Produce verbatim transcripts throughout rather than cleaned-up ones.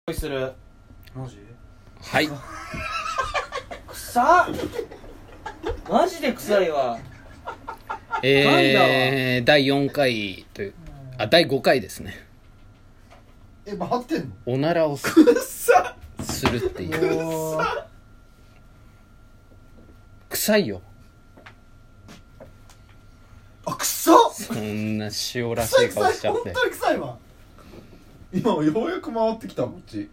する。 マジ？ はい臭っマジで臭いわ。 えー、だいよんかいというあだいごかいですね。 え、回ってんの？ おならをすするっていうもう臭いよ。 あ、くそっ！ そんな塩らしい臭い臭い、本顔しちゃって当に臭いわ。今ようやく回ってきたこっち。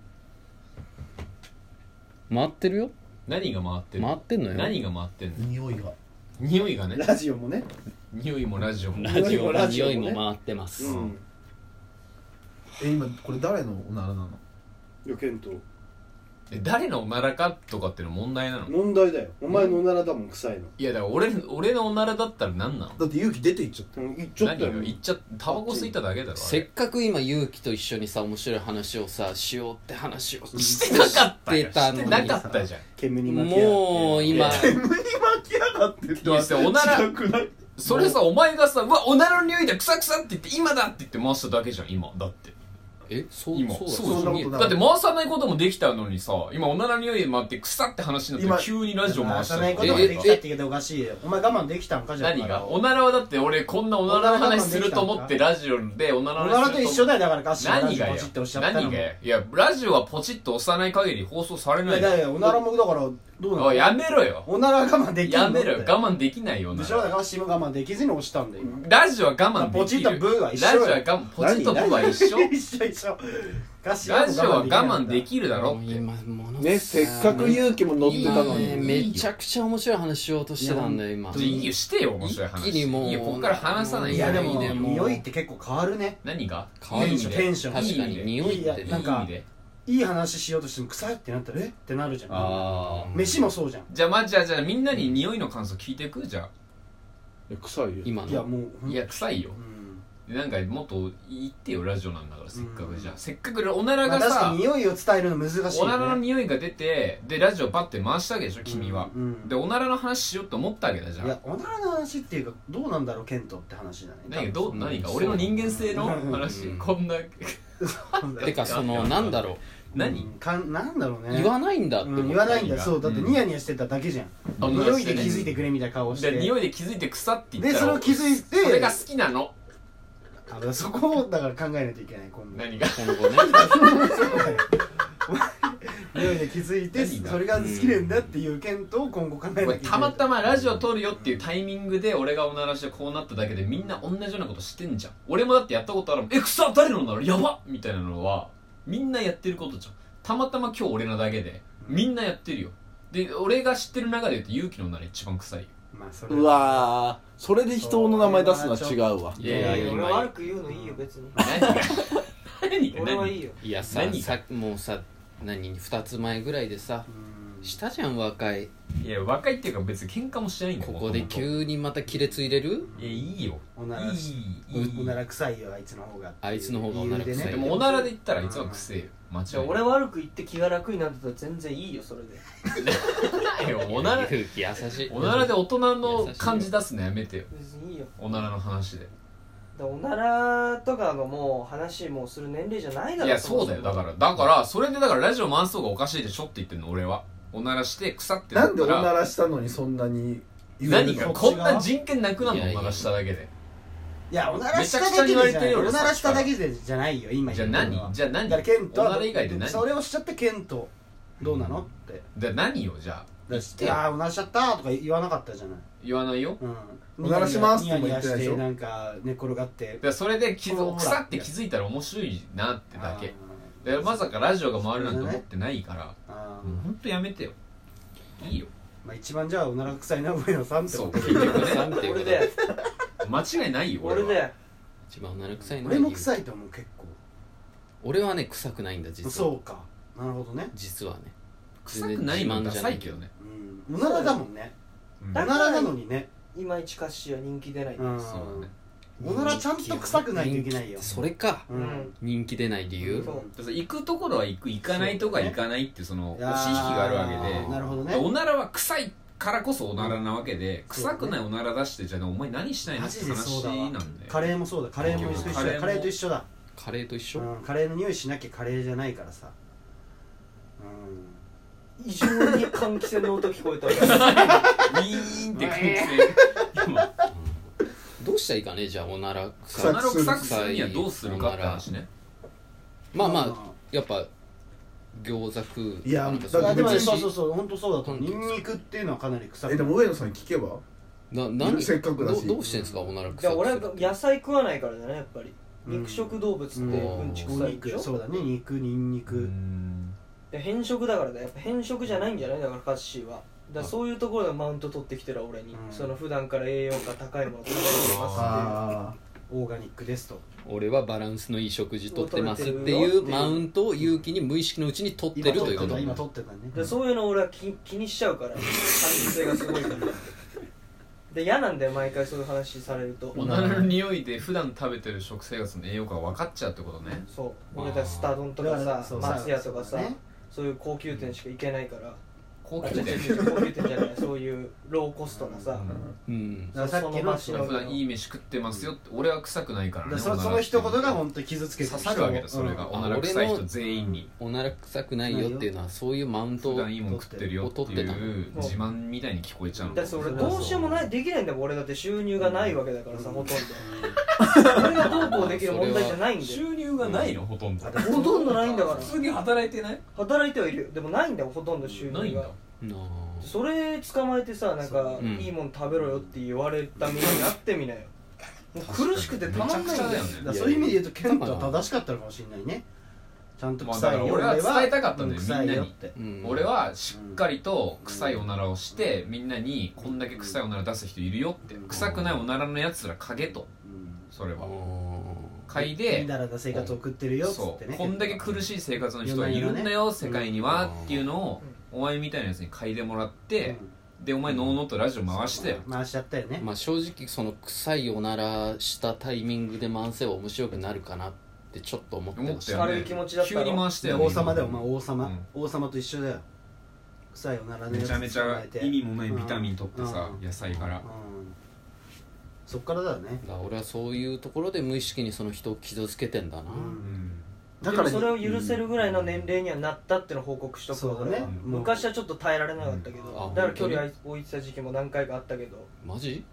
回ってるよ。 何が回ってる回ってんのよ。 何が回ってんの？ 匂いが。 匂いがね。 ラジオもね。 匂いもラジオも。 ラジオラジオもね匂いも回ってます、 うん。え、今これ誰のおならなの？ いや、ケントえ誰のおならかとかっての問題なの？ 問題だよ。お前のおならだもん、臭いの。 いやだから俺俺のおならだったら何なの？ だって勇気出ていっちゃった。 うん、言っちゃったよ。 何が言っちゃタバコ吸いただけだろ。 せっかく今勇気と一緒にさ面白い話をさしようって話をしてなかったよ。 してたのにしてなかったじゃん。 煙に巻きやがってもう今煙に巻きやがってっていやおなら違くない？ それさお前がさうわおならの匂いだクサクサって言って今だって言って回しただけじゃん今だって。 えそう今そうだそうそんなことないだって回さないこともできたのにさ今おならの匂いで回って腐って話にな今って急にラジオ回した回らさないことができたって言うけどおかしいよ。お前我慢できたんかじゃあ。 何がおならはだって俺こんなおならの話すると思ってラジオでおならおならの話すると一緒だよ。だからガッシーがラ何がよジオポチっておっしゃったのも。 何がよいやラジオはポチッと押さない限り放送されないいよいやいやおならもだからどうなの？ おいやめろよおなら我慢できんの？ やめろよ我慢できないよなでしょ。だからガッシーも我慢できずに押したんだよ今。 ラジオは我慢できるポチッとブーは一緒よラジオは我慢ポチッとブーは一緒一緒一緒。ガッシーラジオは我慢でる。 きるだろって今ものね、せっかく勇気も乗ってたのいいねに。 めちゃくちゃ面白い話しようとしてたんだよ今。 いいよしてよ面白い話一気にもういいよここから話さないいやでもいいねもう匂いって結構変わるね。 何が変わるいい意味でテンション確かに匂いっていやねなんかいい意味でいい話しようとしても臭いってなったらえってなるじゃん。 あー飯もそうじゃん。 じゃあまあじゃあじゃあみんなに匂いの感想聞いてくじゃいや臭いよ。 今のいやもうあいや臭いようんなんかもっと言ってよラジオなんだからせっかくじゃあせっかくおならがまあ確かさに匂いを伝えるの難しいよね。 おならの匂いが出てでラジオパッて回したわけでしょ君はうんうんでおならの話しようと思ったわけだじゃんいやおならの話っていうかどうなんだろうケントって話じゃない？ 何がどううん何が俺の人間性のうん話うんこんなてかそのなんだろ何うんかんなんだろうね。 う言わないんだって思ったうん言わないんだ。 何がそうだってうんニヤニヤしてただけじゃん。 あ匂いで気づいてくれみたいな顔して。 で匂いで気づいて腐って言ったらでそれを気づいてそれが好きなのあだからそこをだから考えないといけない今後。 何が今後ね匂いで気づいて何がそれが好きなんだっていうケントを今後考えなきゃいけない。 たまたまラジオ撮るよっていうタイミングで俺がおならしてこうなっただけでみんな同じようなことしてんじゃん俺もだってやったことあるもんえ草誰のおならやばっみたいなのはみんなやってることじゃんたまたま今日俺なだけでみんなやってるよで俺が知ってる中で言うと勇気のおなら一番臭いよまあそれうわー、それで人の名前出すのは違うわ。 いやいやいや俺は悪く言うのいいよ別に。 何が何が俺はいいよ。 いやさ何さもうさ何ふたつまえぐらいでさうんしたじゃん和解いや若いっていうか別に喧嘩もしてないんだよここで元々 急にまた亀裂入れるいやいいよおならいいしいいおなら臭いよあいつの方が。 あいつの方がおなら臭い理由でねでもおならで言ったらいつはくせえよ間違いないじゃあ俺悪く言って気が楽になってたら全然いいよそれで。 いやおなら勇気優しいおならで大人の感じ出すのやめてよ別にいいよ。 おならの話でだおならとかのもう話もうする年齢じゃないだろ。 いやそうだよだからだからそれでだからラジオ回す方がおかしいでしょって言ってんの俺はおならして腐ってなんでおなららしたのにそんなに言う何がこっち側こんな人権なくなるいやいやのおならしただけでいやおならしためちゃくちゃだけでじゃない言われてるよおならしただけでじゃないよ今じゃあ言ってるのは何じゃあ何だからケントはおなら以外で何それをしちゃってケントどうなのってで何よじゃあ言っていよやーおならしちゃったとか言わなかったじゃない。 言わないようんおならしますっても言ってないでしょニヤニヤしてなんか寝転がってでそれで気づほら腐って気づいたら面白いなってだけあーでまさかラジオが回るなんて思ってないからあもうほんとやめてよいいよーまあ一番じゃあおなら臭いな上野さんってそうこと結局ねなんていうこと俺で間違いないよ俺は俺で一番おなら臭いのは俺も臭いと思う結構。 俺はね臭くないんだ実はそうかなるほどね。 実はね臭くないのダサいけどねうんおならだもんね。 うんおならなのにね。 いまいち歌詞は人気出ない。 うんそうだねおならちゃんと臭くないといけないよ。 それかううんん。 人気出ない理由そうだから行くところは行く行かないとこは行かないってそのいやー押し引きがあるわけなるほどねでおならは臭いからこそおならなわけでそう臭くないおなら出してじゃあお前何したいのマジでって話そうだわなんだよカレーもそうだカレーも一緒一緒だカレーもカレーと一緒だ。 カレーと一緒うんカレーの匂いしなきゃカレーじゃないからさ。 異常に換気扇の音聞こえたわウィーンって換気扇どうしたらいいかねじゃあおならお臭ならを臭くするにはどうするかって話ね。 まあまあやっぱ餃子食ういやなんかだからあでもね別にそうそうそう本当そうだと思う。ニンニクっていうのはかなり臭くえでも上野さんに聞けばな何せっかくだしどどうしてんですかおならい臭くや俺はする野菜食わないからだねやっぱりうん肉食動物ってうんちお臭いでしょ肉そうだね肉ニンニクうんで変色だからだやっぱ変色じゃないんじゃないだからカッシーはだからそういうところでマウント取ってきてる俺に、 うんその普段から栄養価高いものを食べてますあオーガニックですと俺はバランスのいい食事とってますっていうマウントを勇気に無意識のうちに取ってるということ今取ってたねってでそういうの俺は気気にしちゃうから感受性がすごいからで嫌なんだよ毎回そういう話されるとおならの匂いで普段食べてる食生活の栄養価が分かっちゃうってことね。 そう俺たちスタ丼とかだからさそう松屋とかさ、 ねそういう高級店しか行けないから高級店高級店じゃないそういうローコストなさ、 うんだからさっきのその普段いい飯食ってますよって俺は臭くないからね。 だからそその一言が本当に傷つけて刺さるわけだそれが、 うんおなら臭い人全員におなら臭くないよっていうのはそういうマウントを普段いいもん食ってるよっていう自慢みたいに聞こえちゃうの。 だって俺どうしようもないできないんだもん俺だって収入がないわけだからさ、ほとんど俺がどうこうできる問題じゃないんだよ収入がないのほとんど。 ほとんどないんだから普通に働いてない？ 働いてはいるよでもないんだよほとんど収入がないんだ。 なあそれ捕まえてさなんか、 うんいいもん食べろよって言われた身になってみなよもう苦しくてたまんないんだよめちゃくちゃだよねだからそういう意味で言うとケントは正しかったのかもしれないねちゃんとまあだ臭いよから俺は伝えたかったんだようん臭いみんなによってうん俺はしっかりと臭いおならをしてみんなにこんだけ臭いおなら出す人いるよって臭くないおならのやつら嗅げとうんそれはあ嗅いみでだらな生活を送ってるよっつそってねうこんだけ苦しい生活の人はいるんだよ世界にはっていうのをお前みたいなやつに嗅いでもらってでお前のうのうとラジオ回してよ回しちゃったよねまあ正直その臭いおならしたタイミングで回せば面白くなるかなってちょっと思ってました軽い気持ちだったろ急に回してよ王様だよお前王様、 うん王様と一緒だよ臭いおならのめやつちゃめちゃ捕まえて意味もないビタミン取ってさうん野菜からうんそっからだよねだから俺はそういうところで無意識にその人を傷つけてんだな、 うんだからでもそれを許せるぐらいの年齢にはなったってのを報告しとくわ俺はそうだねうん昔はちょっと耐えられなかったけど、 うんあだから距離を置いてた時期も何回かあったけど、 マジ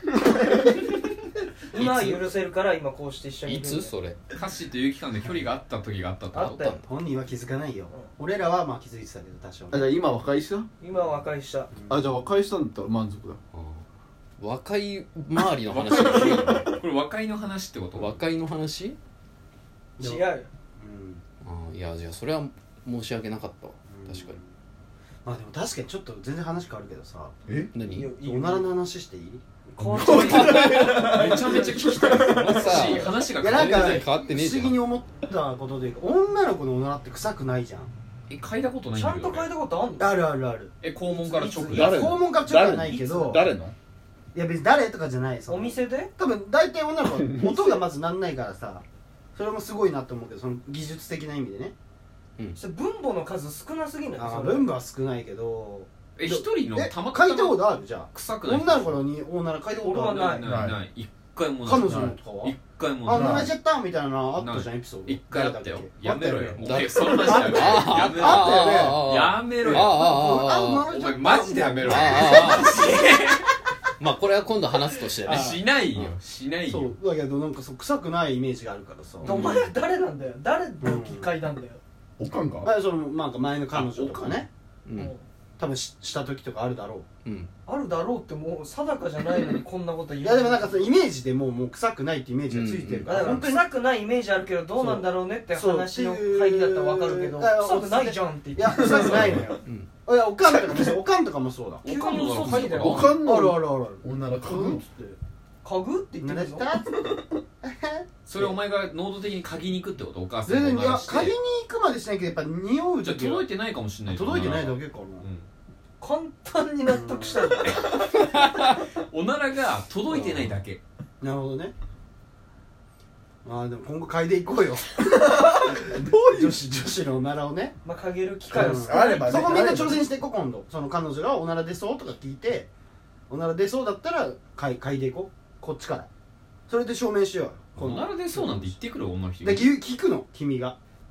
うん、今は許せるから今こうして一緒にいるんだよつそれ歌詞という期間で距離があった時があったとあったよ本人は気づかないよ、俺らはまあ気づいてたけど多少あじゃあ今和解した今は和解したあじゃあ和解したんだったら満足だ和解周りの話が増えるのこれ和解の話ってこと和解の話違うようんあいやじゃあそれは申し訳なかったわ確かにまあでも確かにちょっと全然話変わるけどさえ何いいよいいよおならの話していい変わっちゃうよめちゃめちゃ聞きたいし話がいやなんか全然変わってねえ不じゃん思議に思ったことでいうか女の子のおならって臭くないじゃんえ嗅いだことないんちゃんだけどと変えたことあんのあるあるあるえ肛門から直でいや肛門から直はないけど誰のいや別に誰とかじゃないそのお店で多分大体女の子は音がまずなんないからさそれもすごいなと思うけどその技術的な意味でねそれ分母の数少なすぎないあそれ分母は少ないけどえ一人のえたまた嗅いだこまとあるじゃん臭くない女の子のにおなら嗅いだことある俺はないないない一回もない彼女のとかは一回もないあ流れちゃったみたいなのあったじゃんエピソード一回あったよやめろよあっお前その話やめろよあやめろあったよねあやめろよああああああお前マジでやめろああああまあこれは今度話すとしてねしないよしないそようだけどなんかそう臭くないイメージがあるからさお前は誰なんだよ誰の階段だよおかんかあそのなんか前の彼女とかねうんもう多分しした時とかあるだろうんあるだろうってもう定かじゃないのにこんなこと言うういやでもなんかそのイメージでもうもう臭くないってイメージがついてるかだからら本当に臭くないイメージあるけどどうなんだろうねってそう話の入りだったら分かるけどそうっていう臭くないじゃんって言っていや臭くないのようんいやおかんとかもそうおかんとかもそうだ急に嘘ついてるおかんのあるあるあるある女の子うんっつって嗅ぐって言って濡れるのたっつってそれお前が能動的に嗅ぎに行くってことお母さん全然いやにおならして嗅ぎに行くまでしないけどやっぱ匂うじゃあ時は届いてないかもしれない届いてないだけけかな簡単に納得したんだよおならが届いてないだけなるほどねああでも今後嗅いでいこうよ女子女子のおならをねまあ嗅げる機会をうんあればねそこみんな挑戦していこう今度その彼女がおなら出そうとか聞いておなら出そうだったら嗅い嗅いでいこうこっちからそれで証明しようよおなら出そうなんて言ってくる女の人で聞聞くの君が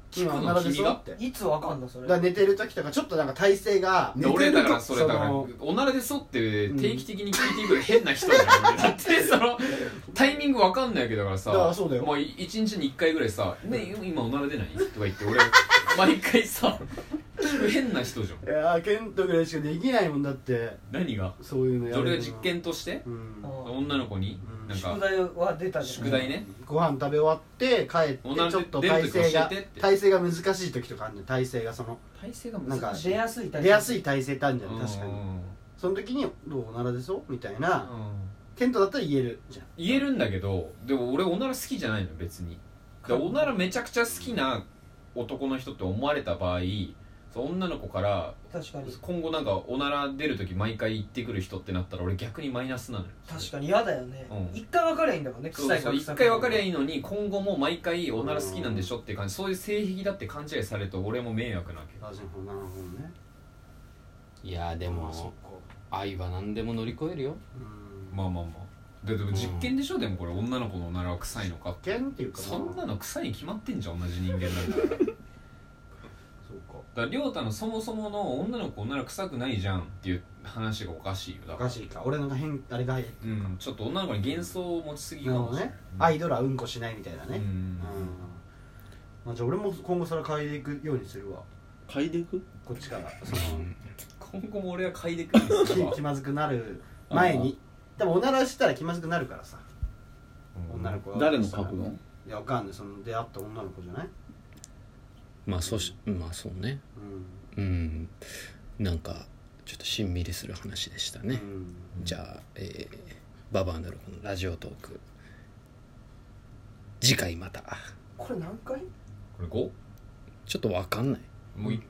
今おならでしょっていつわかんのそれだから寝てる時とかちょっとなんか体勢がで俺だからそれだからのおならでそって定期的に聞いてくる変な人じゃんだってそのタイミングわかんないわけだからさだからそうだよもういちにちにいっかいぐらいさ「ね今おなら出ない?」とか言って俺毎回さ変な人じゃんいやーケントぐらいしかできないもんだって何がそういうのやるのそれを実験としてうん女の子にうんなんか宿題は出たじゃん宿題ねご飯食べ終わって帰っておならちょっと出る時体勢が教えてって体勢が難しい時とかあるのよ体勢がその体勢がなんか難しい出やすい体出やすい体勢ってあるんじゃうんん確かにその時に「どうおならでしょ?」みたいなうんケントだったら言えるじゃん言えるんだけどでも俺おなら好きじゃないの別にでおならめちゃくちゃ好きな男の人って思われた場合そう女の子から確かに今後なんかおなら出る時毎回言ってくる人ってなったら俺逆にマイナスなのよ確かに嫌だよねうん一回分かりゃいいんだもんねそうそう一臭いか臭く回分かりゃいいいのに今後も毎回おなら好きなんでしょって感じそういう性癖だって勘違いされると俺も迷惑なわけあなるほどねいやでもまあそっか愛は何でも乗り越えるようんまあまあまあででも実験でしょ、でもこれ女の子のおならは臭いのかってケンっていうかそんなの臭いに決まってんじゃん同じ人間なんだからだかそうら亮太のそもそもの女の子おなら臭くないじゃんっていう話がおかしいよだからかおかしいか俺のが変あれが変うんちょっと女の子に幻想を持ちすぎかもしれないなるほどねアイドルはうんこしないみたいなねうんうんまあじゃあ俺も今後それ嗅いでいくようにするわ嗅いでいくこっちからその今後も俺は嗅いでくるんですけど気気まずくなる前にでもおならしたら気まずくなるからさ女の子が誰の書くの？ いやわかんないその出会った女の子じゃないまあそうしまあそうねうんうんなんかちょっとしんみりする話でしたね、 うんじゃあ、えー、ババアなるこのラジオトーク次回またこれ何回これ ご? ちょっとわかんないもうい